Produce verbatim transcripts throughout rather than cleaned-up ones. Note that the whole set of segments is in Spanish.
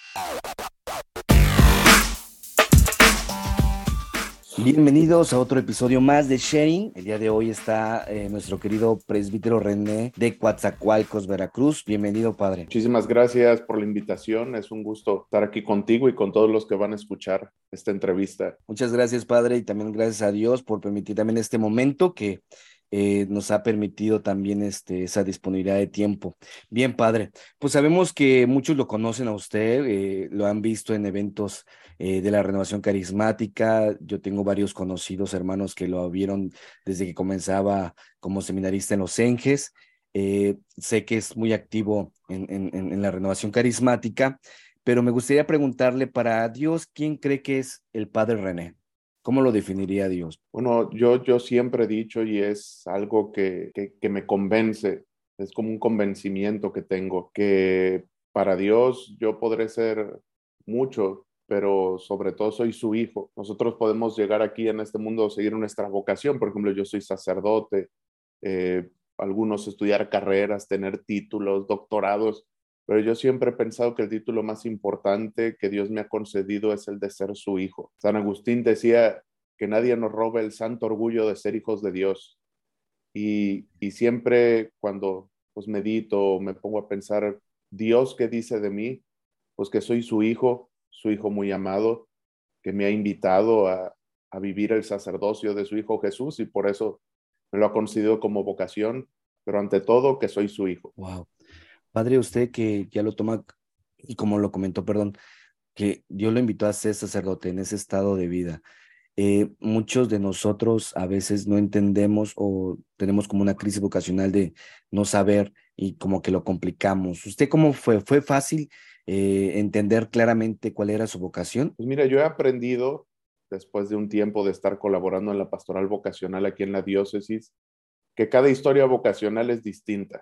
Bienvenidos a otro episodio más de Sharing. El día de hoy está eh, nuestro querido presbítero René de Coatzacoalcos, Veracruz. Bienvenido, padre. Muchísimas gracias por la invitación. Es un gusto estar aquí contigo y con todos los que van a escuchar esta entrevista. Muchas gracias, padre, y también gracias a Dios por permitir también este momento que eh, nos ha permitido también este, esa disponibilidad de tiempo. Bien, padre, pues sabemos que muchos lo conocen a usted, eh, lo han visto en eventos eh, de la Renovación Carismática. Yo tengo varios conocidos hermanos que lo vieron desde que comenzaba como seminarista en los Enges. Eh, sé que es muy activo en, en, en en la Renovación Carismática, pero me gustaría preguntarle para Dios, ¿quién cree que es el Padre René? ¿Cómo lo definiría Dios? Bueno, yo, yo siempre he dicho y es algo que, que, que me convence, es como un convencimiento que tengo, que para Dios yo podré ser mucho, pero sobre todo soy su hijo. Nosotros podemos llegar aquí en este mundo a seguir nuestra vocación. Por ejemplo, yo soy sacerdote, eh, algunos estudiar carreras, tener títulos, doctorados, pero yo siempre he pensado que el título más importante que Dios me ha concedido es el de ser su hijo. San Agustín decía que nadie nos robe el santo orgullo de ser hijos de Dios. Y, y siempre cuando pues medito, me pongo a pensar, Dios, ¿qué dice de mí? Pues que soy su hijo, su hijo muy amado, que me ha invitado a, a vivir el sacerdocio de su hijo Jesús y por eso me lo ha concedido como vocación, pero ante todo que soy su hijo. Wow. Padre, usted que ya lo toma, y como lo comentó, perdón, que Dios lo invitó a ser sacerdote en ese estado de vida. Eh, muchos de nosotros a veces no entendemos o tenemos como una crisis vocacional de no saber y como que lo complicamos. ¿Usted cómo fue? ¿Fue fácil eh, entender claramente cuál era su vocación? Pues mira, yo he aprendido, después de un tiempo de estar colaborando en la pastoral vocacional aquí en la diócesis, que cada historia vocacional es distinta.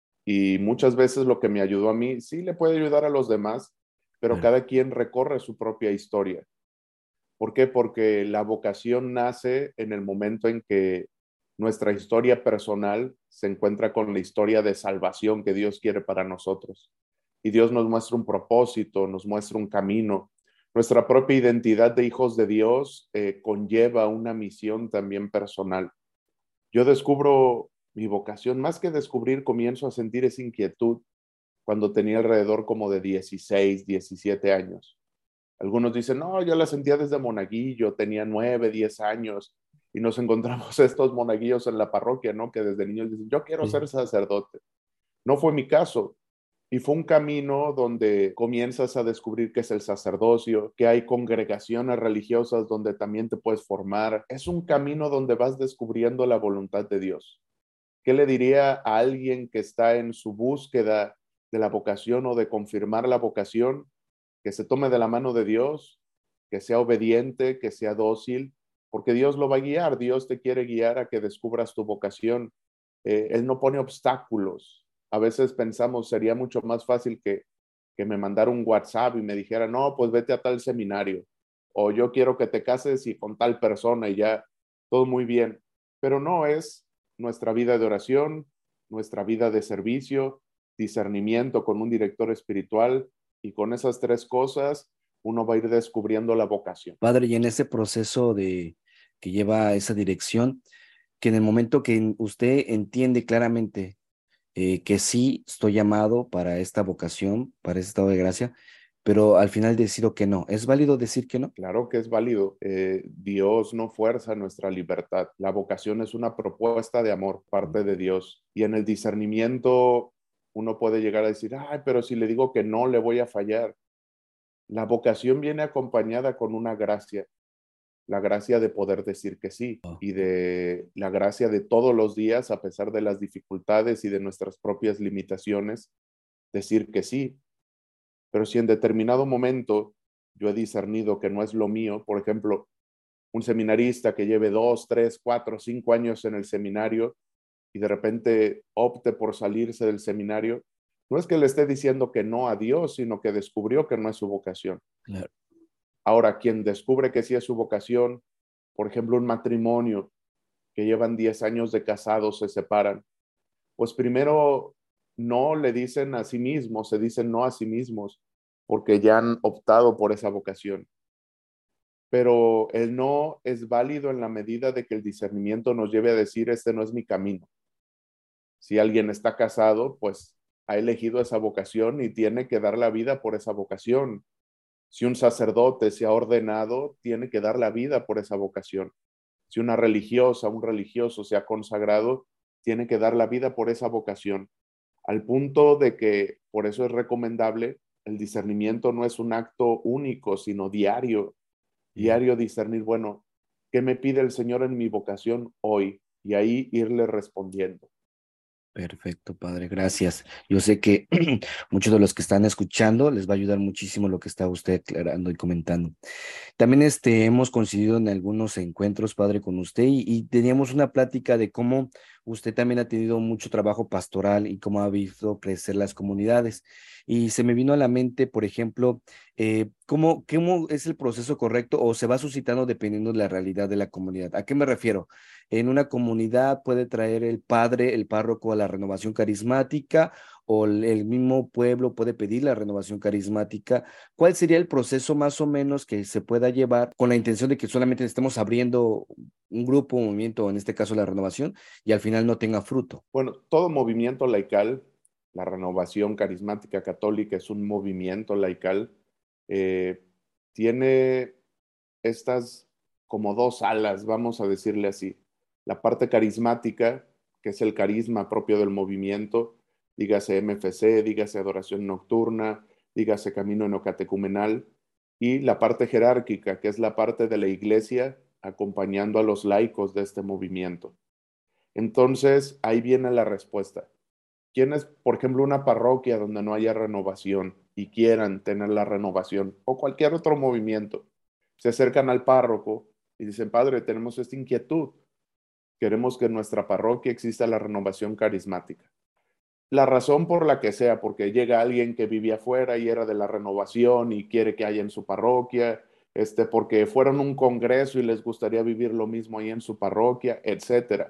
Y muchas veces lo que me ayudó a mí sí le puede ayudar a los demás, pero Claro. cada quien recorre su propia historia. ¿Por qué? Porque la vocación nace en el momento en que nuestra historia personal se encuentra con la historia de salvación que Dios quiere para nosotros. Y Dios nos muestra un propósito, nos muestra un camino. Nuestra propia identidad de hijos de Dios eh, conlleva una misión también personal. Yo descubro mi vocación, más que descubrir, comienzo a sentir esa inquietud cuando tenía alrededor como de dieciséis, diecisiete años. Algunos dicen, no, yo la sentía desde monaguillo, tenía nueve, diez años, y nos encontramos estos monaguillos en la parroquia, ¿no? Que desde niños dicen, yo quiero Sí. ser sacerdote. No fue mi caso. Y fue un camino donde comienzas a descubrir qué es el sacerdocio, que hay congregaciones religiosas donde también te puedes formar. Es un camino donde vas descubriendo la voluntad de Dios. ¿Qué le diría a alguien que está en su búsqueda de la vocación o de confirmar la vocación? Que se tome de la mano de Dios, que sea obediente, que sea dócil, porque Dios lo va a guiar. Dios te quiere guiar a que descubras tu vocación. Eh, él no pone obstáculos. A veces pensamos, sería mucho más fácil que, que me mandara un WhatsApp y me dijera, no, pues vete a tal seminario, o yo quiero que te cases y con tal persona y ya, todo muy bien. Pero no, es nuestra vida de oración, nuestra vida de servicio, discernimiento con un director espiritual, y con esas tres cosas uno va a ir descubriendo la vocación. Padre, y en ese proceso de que lleva esa dirección, que en el momento que usted entiende claramente eh, que sí estoy llamado para esta vocación, para ese estado de gracia, pero al final decido que no. ¿Es válido decir que no? Claro que es válido. Eh, Dios no fuerza nuestra libertad. La vocación es una propuesta de amor, parte de Dios. Y en el discernimiento uno puede llegar a decir, ay, pero si le digo que no, le voy a fallar. La vocación viene acompañada con una gracia, la gracia de poder decir que sí y de la gracia de todos los días, a pesar de las dificultades y de nuestras propias limitaciones, decir que sí. Pero si en determinado momento yo he discernido que no es lo mío, por ejemplo, un seminarista que lleve dos, tres, cuatro, cinco años en el seminario y de repente opte por salirse del seminario, no es que le esté diciendo que no a Dios, sino que descubrió que no es su vocación. Claro. Ahora, quien descubre que sí es su vocación, por ejemplo, un matrimonio que llevan diez años de casados, se separan, pues primero no le dicen a sí mismos, se dicen no a sí mismos, porque ya han optado por esa vocación. Pero el no es válido en la medida de que el discernimiento nos lleve a decir, este no es mi camino. Si alguien está casado, pues ha elegido esa vocación y tiene que dar la vida por esa vocación. Si un sacerdote se ha ordenado, tiene que dar la vida por esa vocación. Si una religiosa, un religioso se ha consagrado, tiene que dar la vida por esa vocación. Al punto de que, por eso es recomendable, el discernimiento no es un acto único, sino diario. Sí. Diario discernir, bueno, ¿qué me pide el Señor en mi vocación hoy? Y ahí irle respondiendo. Perfecto, padre, gracias. Yo sé que muchos de los que están escuchando les va a ayudar muchísimo lo que está usted aclarando y comentando. También este, hemos coincidido en algunos encuentros, padre, con usted y, y teníamos una plática de cómo usted también ha tenido mucho trabajo pastoral y cómo ha visto crecer las comunidades. Y se me vino a la mente, por ejemplo, eh, cómo, cómo es el proceso correcto o se va suscitando dependiendo de la realidad de la comunidad. ¿A qué me refiero? En una comunidad puede traer el padre, el párroco a la renovación carismática o el el mismo pueblo puede pedir la renovación carismática. ¿Cuál sería el proceso más o menos que se pueda llevar con la intención de que solamente estemos abriendo un grupo, un movimiento, en este caso la renovación, y al final no tenga fruto? Bueno, todo movimiento laical, la renovación carismática católica es un movimiento laical, eh, tiene estas como dos alas, vamos a decirle así. La parte carismática, que es el carisma propio del movimiento, dígase M F C, dígase adoración nocturna, dígase camino neocatecumenal, y la parte jerárquica, que es la parte de la iglesia acompañando a los laicos de este movimiento. Entonces, ahí viene la respuesta. ¿Quiénes, por ejemplo, una parroquia donde no haya renovación y quieran tener la renovación o cualquier otro movimiento, se acercan al párroco y dicen, padre, tenemos esta inquietud, queremos que en nuestra parroquia exista la renovación carismática? La razón por la que sea, porque llega alguien que vivía afuera y era de la renovación y quiere que haya en su parroquia, este, porque fueron a un congreso y les gustaría vivir lo mismo ahí en su parroquia, etcétera.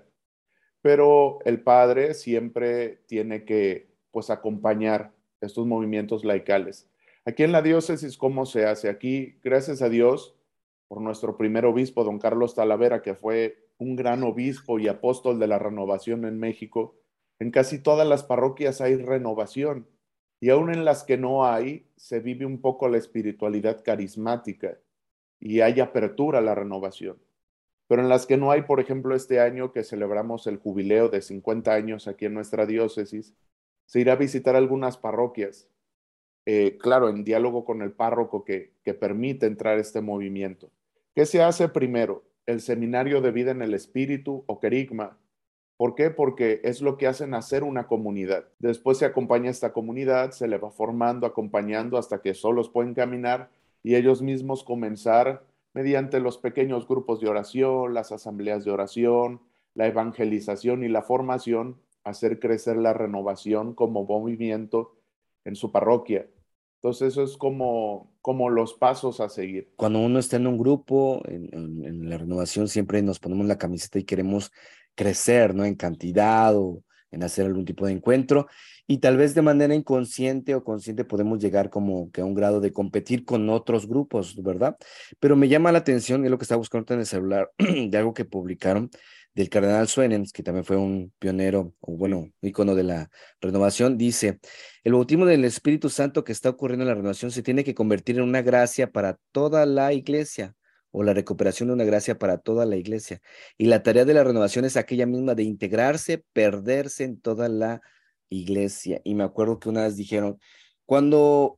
Pero el padre siempre tiene que, pues, acompañar estos movimientos laicales. Aquí en la diócesis, ¿cómo se hace? Aquí, gracias a Dios, por nuestro primer obispo, don Carlos Talavera, que fue un gran obispo y apóstol de la renovación en México, en casi todas las parroquias hay renovación. Y aún en las que no hay, se vive un poco la espiritualidad carismática y hay apertura a la renovación. Pero en las que no hay, por ejemplo, este año que celebramos el jubileo de cincuenta años aquí en nuestra diócesis, se irá a visitar algunas parroquias, eh, claro, en diálogo con el párroco que, que permite entrar este movimiento. ¿Qué se hace primero? El seminario de vida en el espíritu o querigma. ¿Por qué? Porque es lo que hace nacer una comunidad. Después se acompaña a esta comunidad, se le va formando, acompañando hasta que solos pueden caminar y ellos mismos comenzar mediante los pequeños grupos de oración, las asambleas de oración, la evangelización y la formación, hacer crecer la renovación como movimiento en su parroquia. Entonces eso es como, como los pasos a seguir. Cuando uno está en un grupo, en, en- en la renovación, siempre nos ponemos la camiseta y queremos crecer, ¿no? En cantidad o en hacer algún tipo de encuentro. Y tal vez de manera inconsciente o consciente podemos llegar como que a un grado de competir con otros grupos, ¿verdad? Pero me llama la atención, es lo que estaba buscando en el celular, de algo que publicaron del cardenal Suenens, que también fue un pionero, o Sí. bueno, ícono de la renovación, dice. El bautismo del Espíritu Santo que está ocurriendo en la renovación se tiene que convertir en una gracia para toda la iglesia o la recuperación de una gracia para toda la iglesia. Y la tarea de la renovación es aquella misma de integrarse, perderse en toda la iglesia. Y me acuerdo que una vez dijeron, ¿cuándo,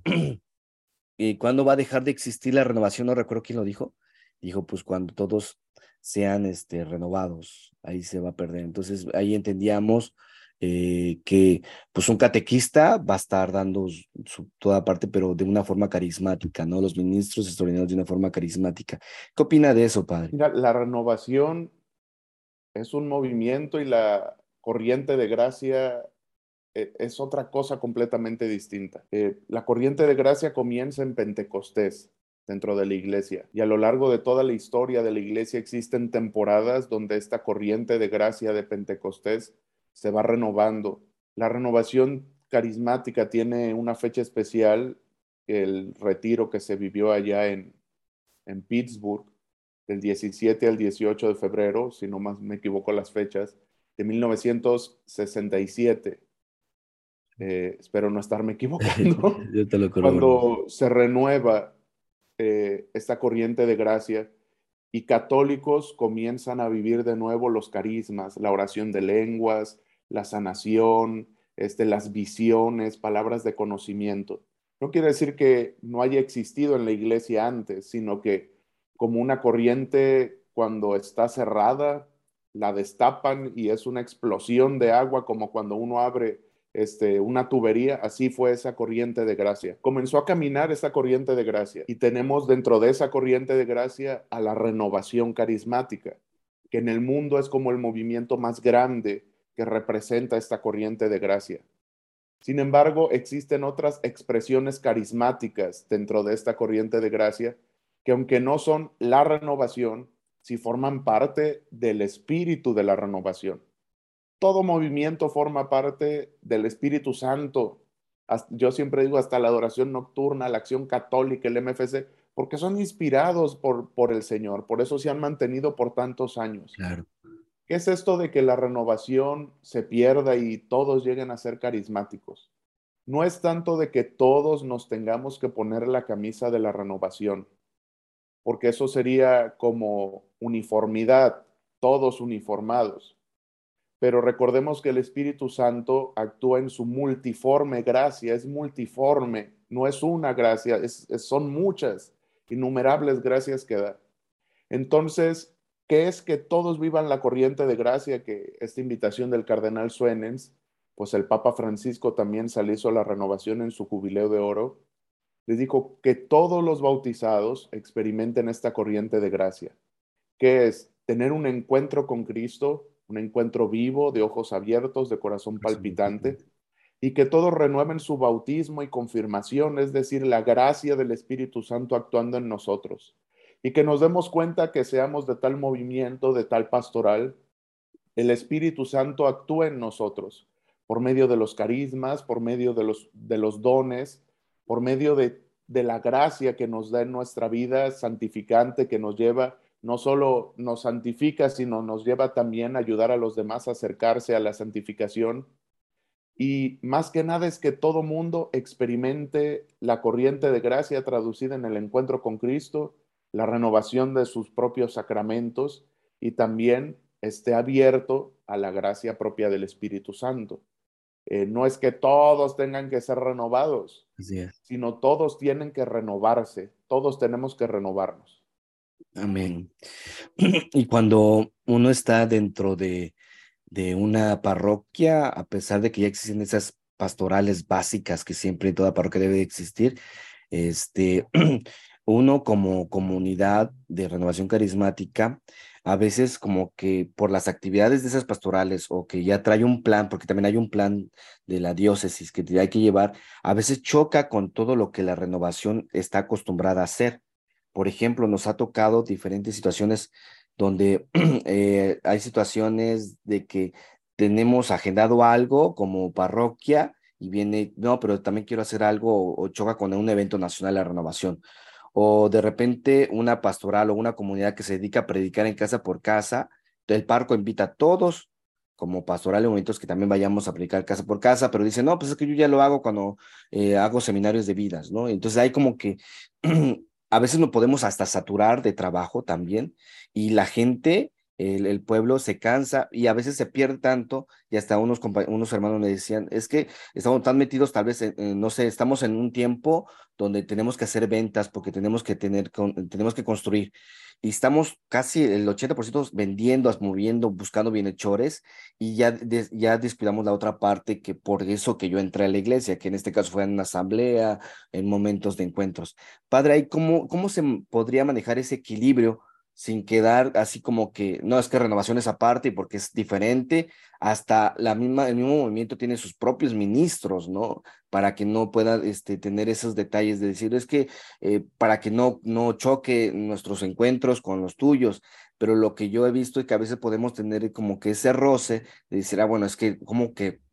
eh, ¿cuándo va a dejar de existir la renovación? No recuerdo quién lo dijo. Dijo, pues cuando todos sean este, renovados, ahí se va a perder. Entonces ahí entendíamos eh, que pues un catequista va a estar dando su, su- toda parte, pero de una forma carismática, ¿no? Los ministros extraordinarios de una forma carismática. ¿Qué opina de eso, padre? Mira, la renovación es un movimiento y la corriente de gracia eh, es otra cosa completamente distinta. Eh, la corriente de gracia comienza en Pentecostés, dentro de la iglesia, y a lo largo de toda la historia de la iglesia existen temporadas donde esta corriente de gracia de Pentecostés se va renovando. La renovación carismática tiene una fecha especial el retiro que se vivió allá en, en Pittsburgh, del diecisiete al dieciocho de febrero, si no más me equivoco las fechas, de mil novecientos sesenta y siete. Eh, espero no estarme equivocando, Yo te lo corroboro. cuando se renueva eh, esta corriente de gracia y católicos comienzan a vivir de nuevo los carismas, la oración de lenguas, la sanación, este, las visiones, palabras de conocimiento. No quiere decir que no haya existido en la iglesia antes, sino que como una corriente cuando está cerrada, la destapan y es una explosión de agua como cuando uno abre este, una tubería, así fue esa corriente de gracia. Comenzó a caminar esa corriente de gracia y tenemos dentro de esa corriente de gracia a la renovación carismática, que en el mundo es como el movimiento más grande que representa esta corriente de gracia. Sin embargo, existen otras expresiones carismáticas dentro de esta corriente de gracia que aunque no son la renovación, sí forman parte del espíritu de la renovación. Todo movimiento forma parte del Espíritu Santo. Yo siempre digo hasta la adoración nocturna, la acción católica, el M F C, porque son inspirados por, por el Señor, por eso se han mantenido por tantos años. Claro. ¿Qué es esto de que la renovación se pierda y todos lleguen a ser carismáticos? No es tanto de que todos nos tengamos que poner la camisa de la renovación, porque eso sería como uniformidad, todos uniformados. Pero recordemos que el Espíritu Santo actúa en su multiforme gracia, es multiforme, no es una gracia, es, es, son muchas, innumerables gracias que da. Entonces, ¿qué es que todos vivan la corriente de gracia? Que esta invitación del cardenal Suenens, pues el Papa Francisco también se le hizo la renovación en su jubileo de oro, les dijo que todos los bautizados experimenten esta corriente de gracia, que es tener un encuentro con Cristo, un encuentro vivo, de ojos abiertos, de corazón palpitante, y que todos renueven su bautismo y confirmación, es decir, la gracia del Espíritu Santo actuando en nosotros, y que nos demos cuenta que seamos de tal movimiento, de tal pastoral, el Espíritu Santo actúa en nosotros, por medio de los carismas, por medio de los, de los dones, por medio de, de la gracia que nos da en nuestra vida santificante, que nos lleva, no solo nos santifica, sino nos lleva también a ayudar a los demás a acercarse a la santificación. Y más que nada es que todo mundo experimente la corriente de gracia traducida en el encuentro con Cristo, la renovación de sus propios sacramentos y también esté abierto a la gracia propia del Espíritu Santo. Eh, no es que todos tengan que ser renovados, Así es. sino todos tienen que renovarse, todos tenemos que renovarnos. Amén. Y cuando uno está dentro de, de una parroquia, a pesar de que ya existen esas pastorales básicas que siempre en toda parroquia debe de existir, este, uno como comunidad de renovación carismática, a veces como que por las actividades de esas pastorales o que ya trae un plan, porque también hay un plan de la diócesis que hay que llevar, a veces choca con todo lo que la renovación está acostumbrada a hacer. Por ejemplo, nos ha tocado diferentes situaciones donde eh, hay situaciones de que tenemos agendado algo como parroquia y viene, no, pero también quiero hacer algo o, o choca con un evento nacional de renovación. O de repente una pastoral o una comunidad que se dedica a predicar en casa por casa, el parco invita a todos como pastoral en momentos que también vayamos a predicar casa por casa, pero dice, no, pues es que yo ya lo hago cuando eh, hago seminarios de vidas, ¿no? Entonces hay como que a veces nos podemos hasta saturar de trabajo también y la gente, el, el pueblo se cansa y a veces se pierde tanto y hasta unos, unos hermanos me decían, es que estamos tan metidos tal vez, en, en, no sé, estamos en un tiempo donde tenemos que hacer ventas porque tenemos que tener, con, tenemos que construir y estamos casi el ochenta por ciento vendiendo, moviendo, buscando bienhechores y ya, des, ya descuidamos la otra parte que por eso que yo entré a la iglesia, que en este caso fue en una asamblea, en momentos de encuentros. Padre, ¿ahí cómo, cómo se podría manejar ese equilibrio sin quedar así como que, no, es que renovación es aparte y porque es diferente, hasta la misma, el mismo movimiento tiene sus propios ministros, ¿no? Para que no pueda este, tener esos detalles de decir, es que eh, para que no, no choque nuestros encuentros con los tuyos, pero lo que yo he visto es que a veces podemos tener como que ese roce de decir, ah, bueno, es que como que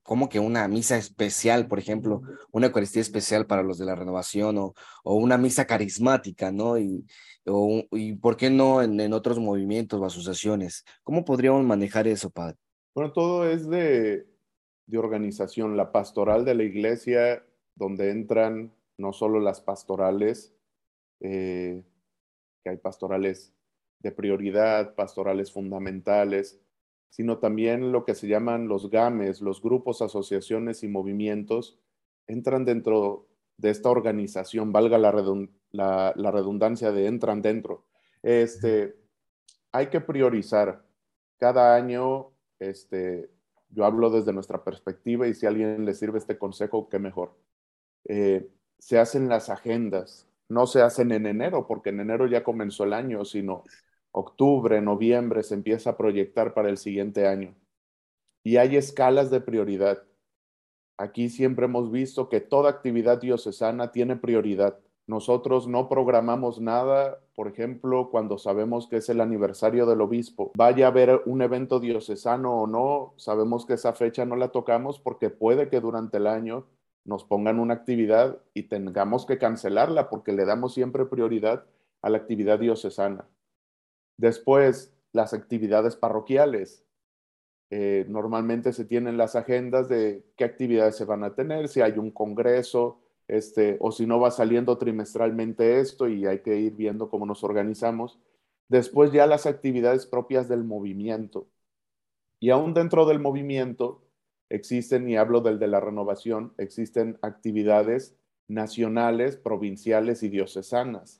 como que una misa especial, por ejemplo, una Eucaristía especial para los de la renovación o, o una misa carismática, ¿no? Y, o, y ¿por qué no en, en otros movimientos o asociaciones? ¿Cómo podríamos manejar eso, padre? Bueno, todo es de, de organización. La pastoral de la iglesia, donde entran no solo las pastorales, eh, que hay pastorales de prioridad, pastorales fundamentales, sino también lo que se llaman los GAMES, los grupos, asociaciones y movimientos, entran dentro de esta organización, valga la, redund la, la redundancia de entran dentro. Este, hay que priorizar. Cada año, este, yo hablo desde nuestra perspectiva y si a alguien le sirve este consejo, qué mejor. Eh, se hacen las agendas, no se hacen en enero, porque en enero ya comenzó el año, sino octubre, noviembre se empieza a proyectar para el siguiente año. Y hay escalas de prioridad. Aquí siempre hemos visto que toda actividad diocesana tiene prioridad. Nosotros no programamos nada, por ejemplo, cuando sabemos que es el aniversario del obispo. Vaya a haber un evento diocesano o no, sabemos que esa fecha no la tocamos porque puede que durante el año nos pongan una actividad y tengamos que cancelarla porque le damos siempre prioridad a la actividad diocesana. Después, las actividades parroquiales. Eh, normalmente se tienen las agendas de qué actividades se van a tener, si hay un congreso, este, o si no va saliendo trimestralmente esto y hay que ir viendo cómo nos organizamos. Después ya las actividades propias del movimiento. Y aún dentro del movimiento existen, y hablo del de la renovación, existen actividades nacionales, provinciales y diocesanas.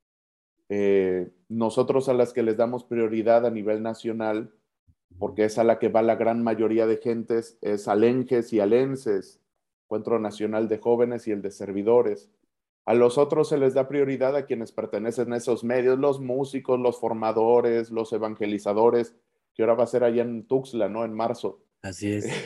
Eh, nosotros a las que les damos prioridad a nivel nacional porque es a la que va la gran mayoría de gentes, es alenjes y alenses, Encuentro Nacional de Jóvenes y el de Servidores. A los otros se les da prioridad a quienes pertenecen a esos medios, los músicos, los formadores, los evangelizadores, que ahora va a ser allá en Tuxtla, ¿no? En marzo. Así es.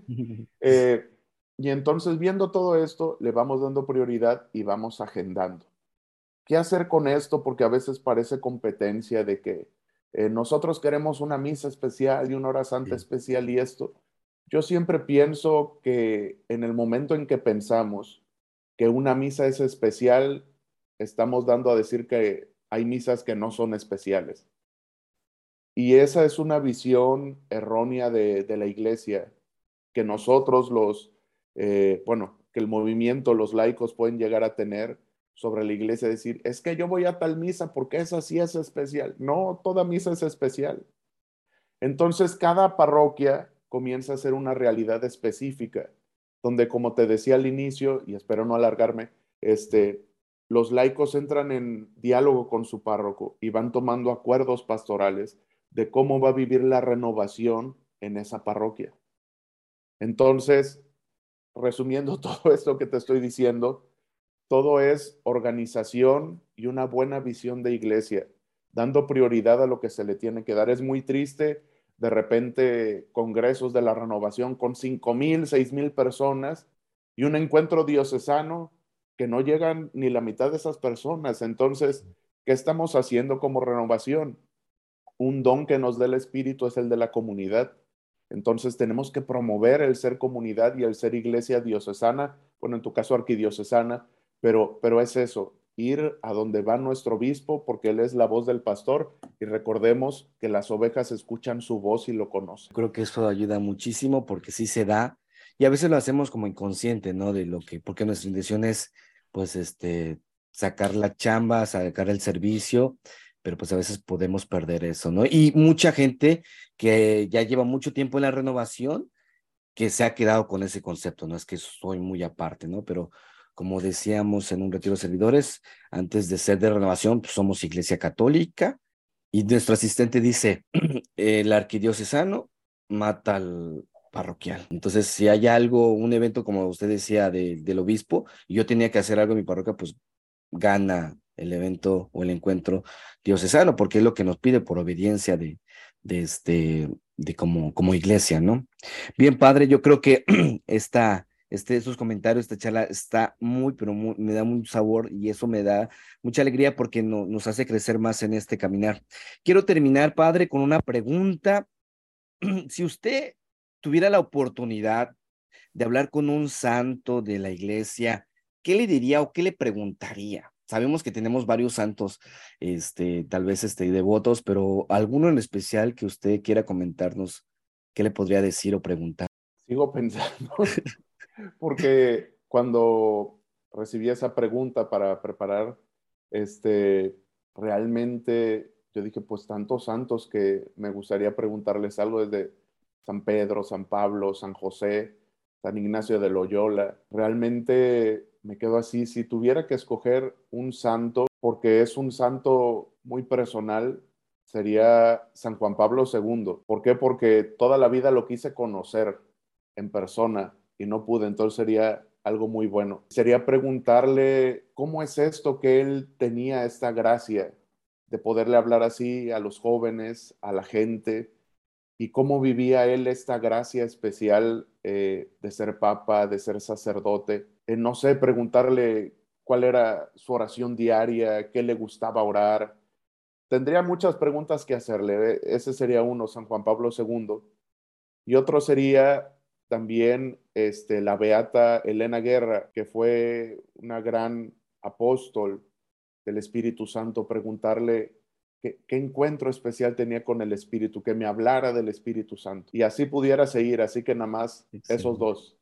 eh, y entonces, viendo todo esto, le vamos dando prioridad y vamos agendando. ¿Qué hacer con esto? Porque a veces parece competencia de que eh, nosotros queremos una misa especial y una hora santa Sí. especial y esto. Yo siempre pienso que en el momento en que pensamos que una misa es especial, estamos dando a decir que hay misas que no son especiales. Y esa es una visión errónea de, de la iglesia, que nosotros los, eh, bueno, que el movimiento, los laicos pueden llegar a tener sobre la iglesia, decir, es que yo voy a tal misa porque esa sí es especial. No, toda misa es especial. Entonces, cada parroquia comienza a ser una realidad específica, donde, como te decía al inicio, y espero no alargarme, este, los laicos entran en diálogo con su párroco y van tomando acuerdos pastorales de cómo va a vivir la renovación en esa parroquia. Entonces, resumiendo todo esto que te estoy diciendo, todo es organización y una buena visión de iglesia, dando prioridad a lo que se le tiene que dar. Es muy triste de repente congresos de la renovación con cinco mil, seis mil personas y un encuentro diocesano que no llegan ni la mitad de esas personas. Entonces, ¿qué estamos haciendo como renovación? Un don que nos da el Espíritu es el de la comunidad. Entonces tenemos que promover el ser comunidad y el ser iglesia diocesana, bueno, en tu caso arquidiocesana, pero, pero es eso, ir a donde va nuestro obispo porque él es la voz del pastor y recordemos que las ovejas escuchan su voz y lo conocen. Creo que eso ayuda muchísimo porque sí se da y a veces lo hacemos como inconsciente, ¿no? De lo que, porque nuestra intención es, pues, este, sacar la chamba, sacar el servicio, pero pues a veces podemos perder eso, ¿no? Y mucha gente que ya lleva mucho tiempo en la renovación, que se ha quedado con ese concepto, no es que soy muy aparte, ¿no? Pero como decíamos en un retiro de servidores, antes de ser de renovación, pues somos Iglesia Católica y nuestro asistente dice, el arquidiocesano mata al parroquial. Entonces, si hay algo, un evento como usted decía de, del obispo, y yo tenía que hacer algo en mi parroquia, pues gana el evento o el encuentro diocesano, porque es lo que nos pide por obediencia de, de este, de como, como iglesia, ¿no? Bien, padre, yo creo que esta, este, estos comentarios, esta charla está muy, pero muy, me da un sabor y eso me da mucha alegría porque no, nos hace crecer más en este caminar. Quiero terminar, padre, con una pregunta. Si usted tuviera la oportunidad de hablar con un santo de la iglesia, ¿qué le diría o qué le preguntaría? Sabemos que tenemos varios santos, este, tal vez este, devotos, pero alguno en especial que usted quiera comentarnos, ¿qué le podría decir o preguntar? Sigo pensando, porque cuando recibí esa pregunta para preparar, este, realmente yo dije, pues tantos santos que me gustaría preguntarles algo desde San Pedro, San Pablo, San José, San Ignacio de Loyola. Realmente me quedo así, si tuviera que escoger un santo, porque es un santo muy personal, sería San Juan Pablo segundo. ¿Por qué? Porque toda la vida lo quise conocer en persona y no pude, entonces sería algo muy bueno. Sería preguntarle cómo es esto que él tenía esta gracia de poderle hablar así a los jóvenes, a la gente, y cómo vivía él esta gracia especial eh, de ser papa, de ser sacerdote. Eh, no sé, preguntarle cuál era su oración diaria, qué le gustaba orar. Tendría muchas preguntas que hacerle. eh, Ese sería uno, San Juan Pablo segundo. Y otro sería también este, la beata Elena Guerra, que fue una gran apóstol del Espíritu Santo, preguntarle qué, qué encuentro especial tenía con el Espíritu, que me hablara del Espíritu Santo. Y así pudiera seguir, así que nada más esos Excelente. dos.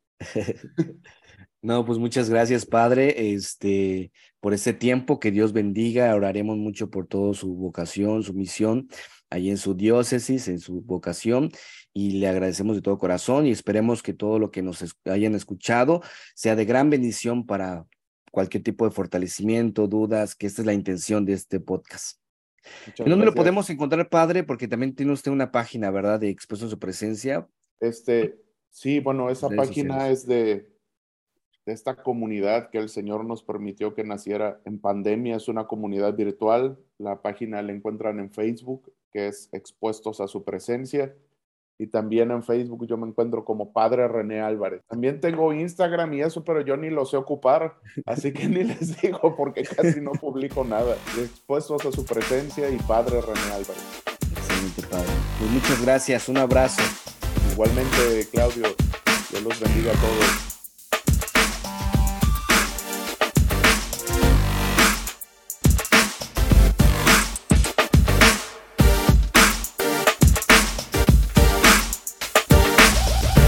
No, pues muchas gracias, Padre, este, por este tiempo. Que Dios bendiga. Oraremos mucho por toda su vocación, su misión, ahí en su diócesis, en su vocación, y le agradecemos de todo corazón y esperemos que todo lo que nos es- hayan escuchado sea de gran bendición para cualquier tipo de fortalecimiento, dudas, que esta es la intención de este podcast. ¿En Muchas dónde lo gracias. podemos encontrar, Padre? Porque también tiene usted una página, ¿verdad? De Expuesto a su presencia, Este, sí, bueno, sus esa redes página sociales. es de, de esta comunidad que el Señor nos permitió que naciera en pandemia. Es una comunidad virtual. La página la encuentran en Facebook, que es Expuestos a su Presencia. Y también en Facebook yo me encuentro como Padre René Álvarez. También tengo Instagram y eso, pero yo ni lo sé ocupar. Así que ni les digo porque casi no publico nada. Expuestos a su presencia y Padre René Álvarez. Excelente, Padre. Pues muchas gracias, un abrazo. Igualmente, Claudio, Dios los bendiga a todos.